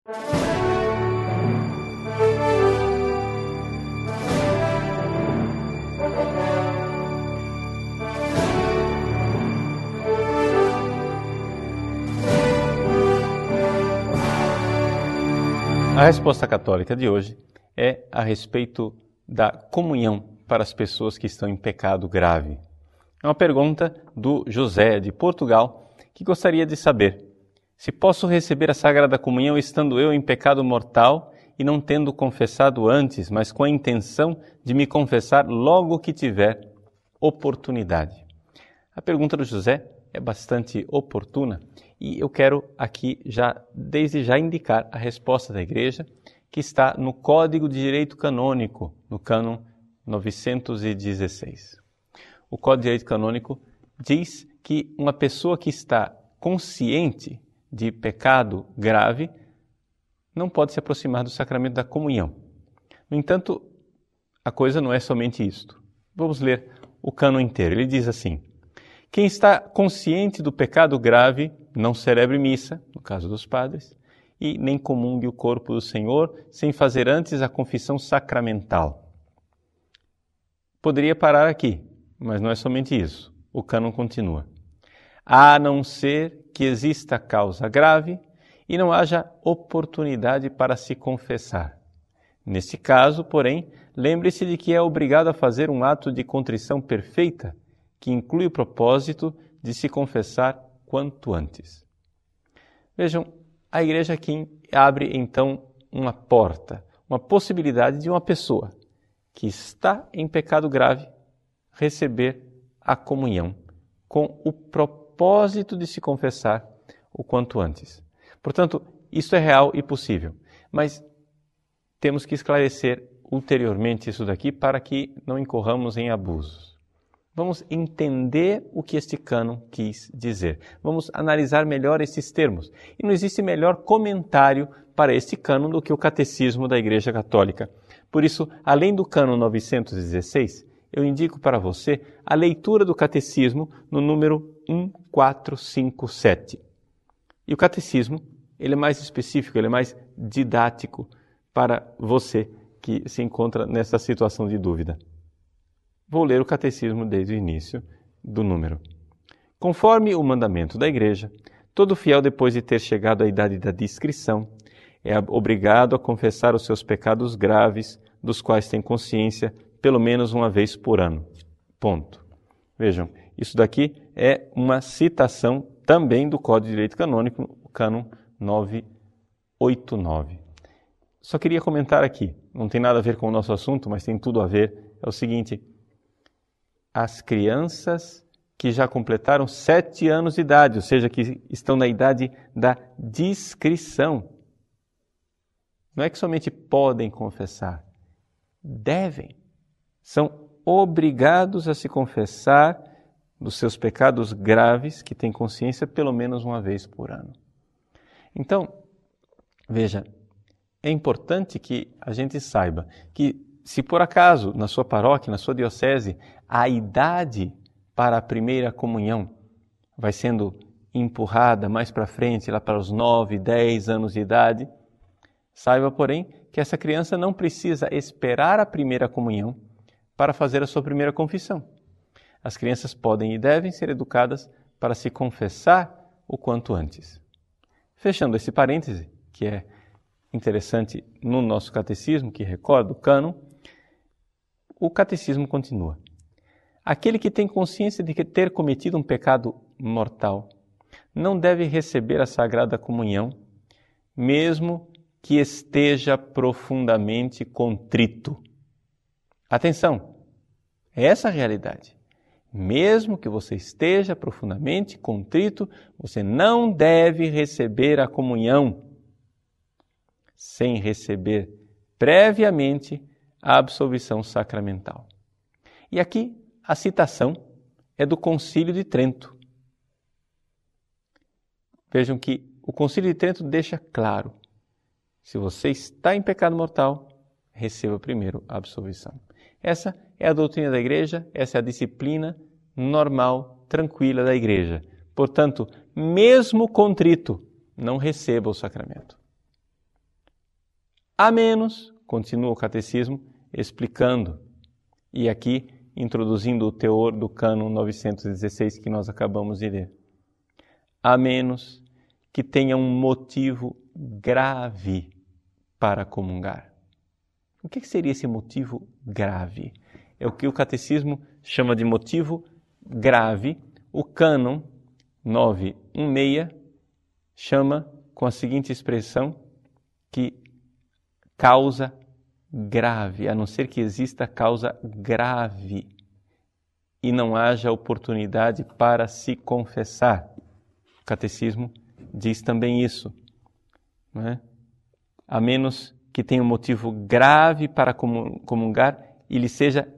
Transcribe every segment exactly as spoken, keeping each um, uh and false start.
A resposta católica de hoje é a respeito da comunhão para as pessoas que estão em pecado grave. É uma pergunta do José de Portugal, que gostaria de saber se posso receber a Sagrada Comunhão estando eu em pecado mortal e não tendo confessado antes, mas com a intenção de me confessar logo que tiver oportunidade. A pergunta do José é bastante oportuna e eu quero aqui já, desde já, indicar a resposta da Igreja, que está no Código de Direito Canônico, no cânon novecentos e dezesseis. O Código de Direito Canônico diz que uma pessoa que está consciente de pecado grave não pode se aproximar do sacramento da comunhão. No entanto, a coisa não é somente isto. Vamos ler o cânon inteiro. Ele diz assim: quem está consciente do pecado grave não celebre missa, no caso dos padres, e nem comungue o corpo do Senhor sem fazer antes a confissão sacramental. Poderia parar aqui, mas não é somente isso. O cânon continua. A não ser que exista causa grave e não haja oportunidade para se confessar. Neste caso, porém, lembre-se de que é obrigado a fazer um ato de contrição perfeita, que inclui o propósito de se confessar quanto antes. Vejam, a Igreja aqui abre então uma porta, uma possibilidade de uma pessoa que está em pecado grave receber a comunhão com o propósito de se confessar o quanto antes. Portanto, isso é real e possível, mas temos que esclarecer ulteriormente isso daqui para que não incorramos em abusos. Vamos entender o que este cânon quis dizer. Vamos analisar melhor esses termos. E não existe melhor comentário para este cânon do que o Catecismo da Igreja Católica. Por isso, além do cânon novecentos e dezesseis, eu indico para você a leitura do Catecismo no número mil quatrocentos e cinquenta e sete. E o Catecismo, ele é mais específico, ele é mais didático para você que se encontra nessa situação de dúvida. Vou ler o Catecismo desde o início do número. Conforme o mandamento da Igreja, todo fiel, depois de ter chegado à idade da discrição, é obrigado a confessar os seus pecados graves, dos quais tem consciência, pelo menos uma vez por ano. Ponto. Vejam, isso daqui é uma citação também do Código de Direito Canônico, o cânon novecentos e oitenta e nove. Só queria comentar aqui, não tem nada a ver com o nosso assunto, mas tem tudo a ver, é o seguinte: as crianças que já completaram sete anos de idade, ou seja, que estão na idade da discrição, não é que somente podem confessar, devem, são obrigados a se confessar dos seus pecados graves, que têm consciência pelo menos uma vez por ano. Então, veja, é importante que a gente saiba que, se por acaso, na sua paróquia, na sua diocese, a idade para a primeira comunhão vai sendo empurrada mais para frente, lá para os nove, dez anos de idade, saiba, porém, que essa criança não precisa esperar a primeira comunhão para fazer a sua primeira confissão. As crianças podem e devem ser educadas para se confessar o quanto antes. Fechando esse parêntese, que é interessante no nosso catecismo, que recorda o cânon, o catecismo continua. Aquele que tem consciência de que ter cometido um pecado mortal não deve receber a Sagrada Comunhão, mesmo que esteja profundamente contrito. Atenção, é essa a realidade. Mesmo que você esteja profundamente contrito, você não deve receber a comunhão sem receber previamente a absolvição sacramental. E aqui a citação é do Concílio de Trento. Vejam que o Concílio de Trento deixa claro: se você está em pecado mortal, receba primeiro a absolvição. Essa é a doutrina da Igreja, essa é a disciplina normal, tranquila da Igreja. Portanto, mesmo contrito, não receba o sacramento. a menos, continua o catecismo explicando, e aqui introduzindo o teor do cânon novecentos e dezesseis que nós acabamos de ler, a menos que tenha um motivo grave para comungar. O que seria esse motivo grave? É o que o catecismo chama de motivo grave. O cânon novecentos e dezesseis chama com a seguinte expressão, que causa grave, a não ser que exista causa grave e não haja oportunidade para se confessar. O catecismo diz também isso, não é? A menos que tenha um motivo grave para comungar e lhe seja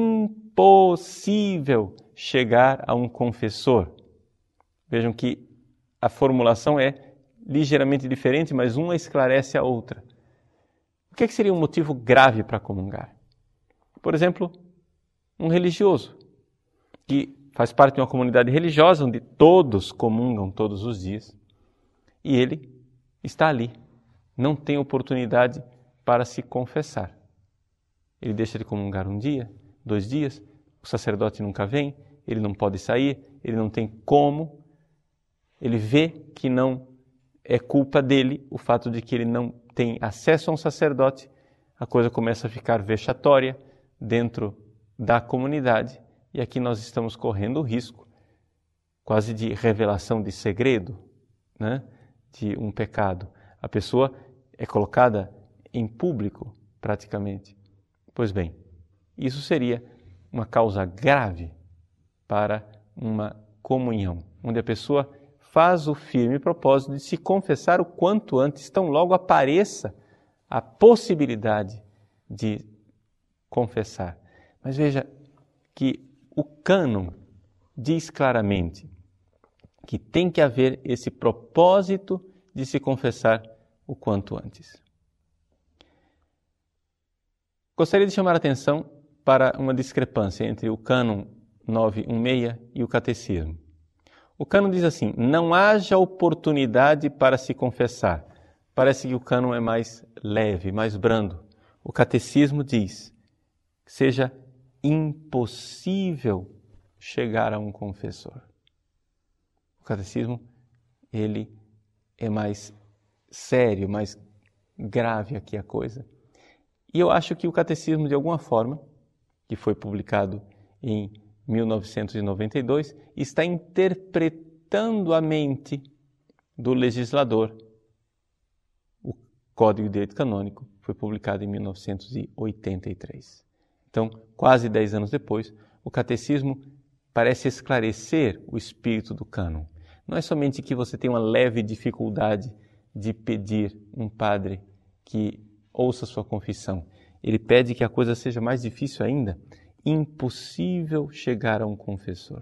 impossível chegar a um confessor. Vejam que a formulação é ligeiramente diferente, mas uma esclarece a outra. O que, é que seria um motivo grave para comungar? Por exemplo, um religioso que faz parte de uma comunidade religiosa onde todos comungam todos os dias e ele está ali, não tem oportunidade para se confessar. Ele deixa de comungar um dia, dois dias, o sacerdote nunca vem, ele não pode sair, ele não tem como, ele vê que não é culpa dele o fato de que ele não tem acesso a um sacerdote, a coisa começa a ficar vexatória dentro da comunidade e aqui nós estamos correndo o risco quase de revelação de segredo, né, de um pecado. A pessoa é colocada em público praticamente. Pois bem, isso seria uma causa grave para uma comunhão, onde a pessoa faz o firme propósito de se confessar o quanto antes, tão logo apareça a possibilidade de confessar. Mas veja que o cânon diz claramente que tem que haver esse propósito de se confessar o quanto antes. Gostaria de chamar a atenção para uma discrepância entre o cânon novecentos e dezesseis e o catecismo. O cânon diz assim, não haja oportunidade para se confessar. Parece que o cânon é mais leve, mais brando. O catecismo diz que seja impossível chegar a um confessor. O catecismo, ele é mais sério, mais grave aqui a coisa. E eu acho que o catecismo, de alguma forma, que foi publicado em mil novecentos e noventa e dois, está interpretando a mente do legislador. O Código de Direito Canônico foi publicado em mil novecentos e oitenta e três. Então, quase dez anos depois, o catecismo parece esclarecer o espírito do cânon. Não é somente que você tem uma leve dificuldade de pedir um padre que ouça sua confissão. Ele pede que a coisa seja mais difícil ainda, impossível chegar a um confessor.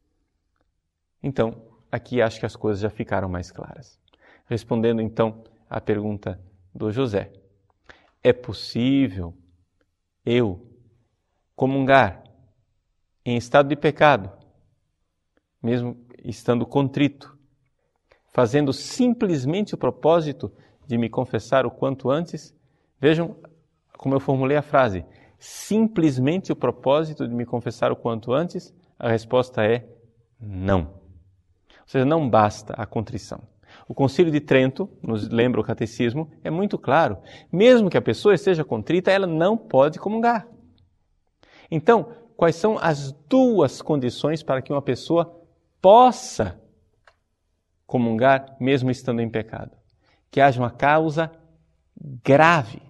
Então, aqui acho que as coisas já ficaram mais claras. Respondendo então à pergunta do José, é possível eu comungar em estado de pecado, mesmo estando contrito, fazendo simplesmente o propósito de me confessar o quanto antes? Vejam como eu formulei a frase, simplesmente o propósito de me confessar o quanto antes? A resposta é não. Ou seja, não basta a contrição. O Concílio de Trento, nos lembra o catecismo, é muito claro. Mesmo que a pessoa esteja contrita, ela não pode comungar. Então, quais são as duas condições para que uma pessoa possa comungar mesmo estando em pecado? Que haja uma causa grave,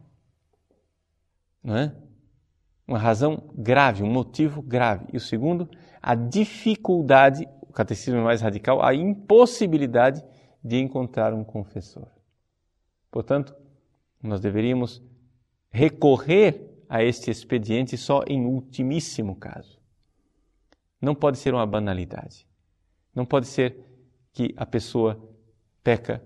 não é? Uma razão grave, um motivo grave. E o segundo, a dificuldade, o catecismo é mais radical, a impossibilidade de encontrar um confessor. Portanto, nós deveríamos recorrer a este expediente só em ultimíssimo caso. Não pode ser uma banalidade. Não pode ser que a pessoa peca,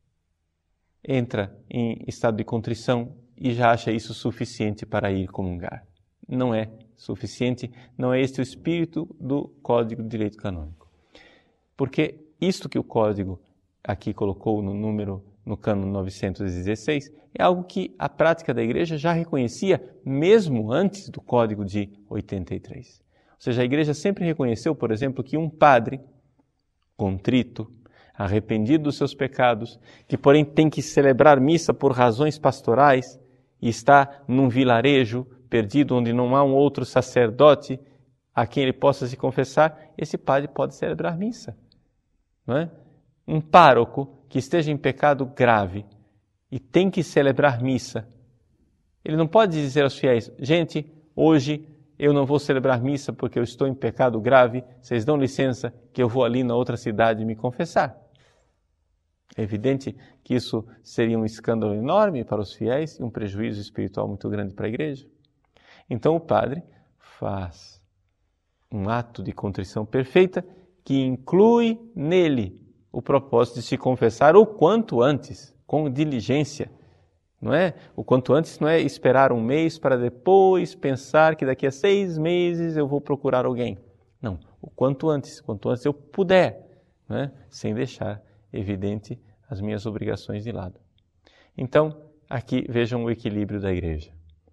entra em estado de contrição e já acha isso suficiente para ir comungar. Não é suficiente, não é este o espírito do Código de Direito Canônico. Porque isto que o Código aqui colocou no número no cânon novecentos e dezesseis, é algo que a prática da Igreja já reconhecia mesmo antes do Código de oitenta e três. Ou seja, a Igreja sempre reconheceu, por exemplo, que um padre contrito, arrependido dos seus pecados, que porém tem que celebrar missa por razões pastorais e está num vilarejo perdido onde não há um outro sacerdote a quem ele possa se confessar, esse padre pode celebrar missa. Não é? Um pároco que esteja em pecado grave e tem que celebrar missa, ele não pode dizer aos fiéis: gente, hoje eu não vou celebrar missa porque eu estou em pecado grave, vocês dão licença que eu vou ali na outra cidade me confessar. É evidente que isso seria um escândalo enorme para os fiéis e um prejuízo espiritual muito grande para a igreja. Então o padre faz um ato de contrição perfeita que inclui nele o propósito de se confessar o quanto antes, com diligência. Não é? O quanto antes não é esperar um mês para depois pensar que daqui a seis meses eu vou procurar alguém. Não, o quanto antes, quanto antes eu puder, não é? Sem deixar evidente as minhas obrigações de lado. Então, aqui vejam o equilíbrio da igreja.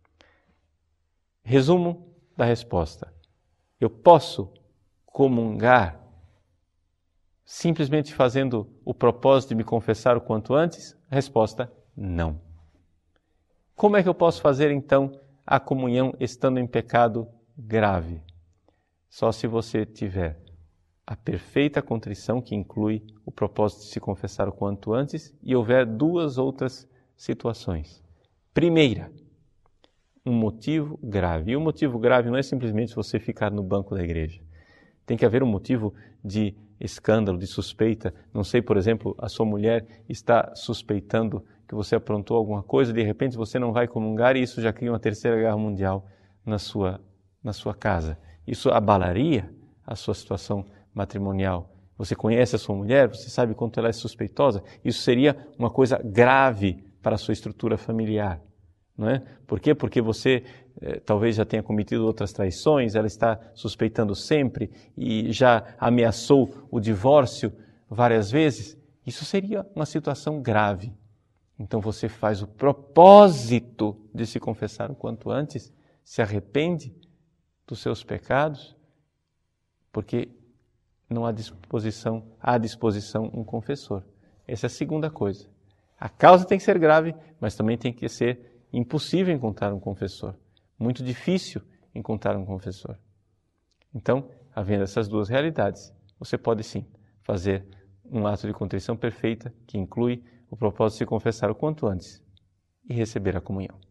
Resumo da resposta. Eu posso comungar simplesmente fazendo o propósito de me confessar o quanto antes? Resposta, não. Como é que eu posso fazer, então, a comunhão estando em pecado grave? Só se você tiver a perfeita contrição, que inclui o propósito de se confessar o quanto antes, e houver duas outras situações. Primeira, um motivo grave. E o motivo grave não é simplesmente você ficar no banco da igreja. Tem que haver um motivo de escândalo, de suspeita. Não sei, por exemplo, a sua mulher está suspeitando que você aprontou alguma coisa, de repente você não vai comungar e isso já cria uma terceira guerra mundial na sua, na sua casa. Isso abalaria a sua situação matrimonial. Você conhece a sua mulher, você sabe quanto ela é suspeitosa. Isso seria uma coisa grave para a sua estrutura familiar. Não é? Por quê? Porque você eh, talvez já tenha cometido outras traições, ela está suspeitando sempre e já ameaçou o divórcio várias vezes. Isso seria uma situação grave. Então você faz o propósito de se confessar o quanto antes, se arrepende dos seus pecados, porque não há disposição, há à disposição um confessor. Essa é a segunda coisa. A causa tem que ser grave, mas também tem que ser impossível encontrar um confessor. Muito difícil encontrar um confessor. Então, havendo essas duas realidades, você pode sim fazer um ato de contrição perfeita que inclui o propósito de se confessar o quanto antes e receber a comunhão.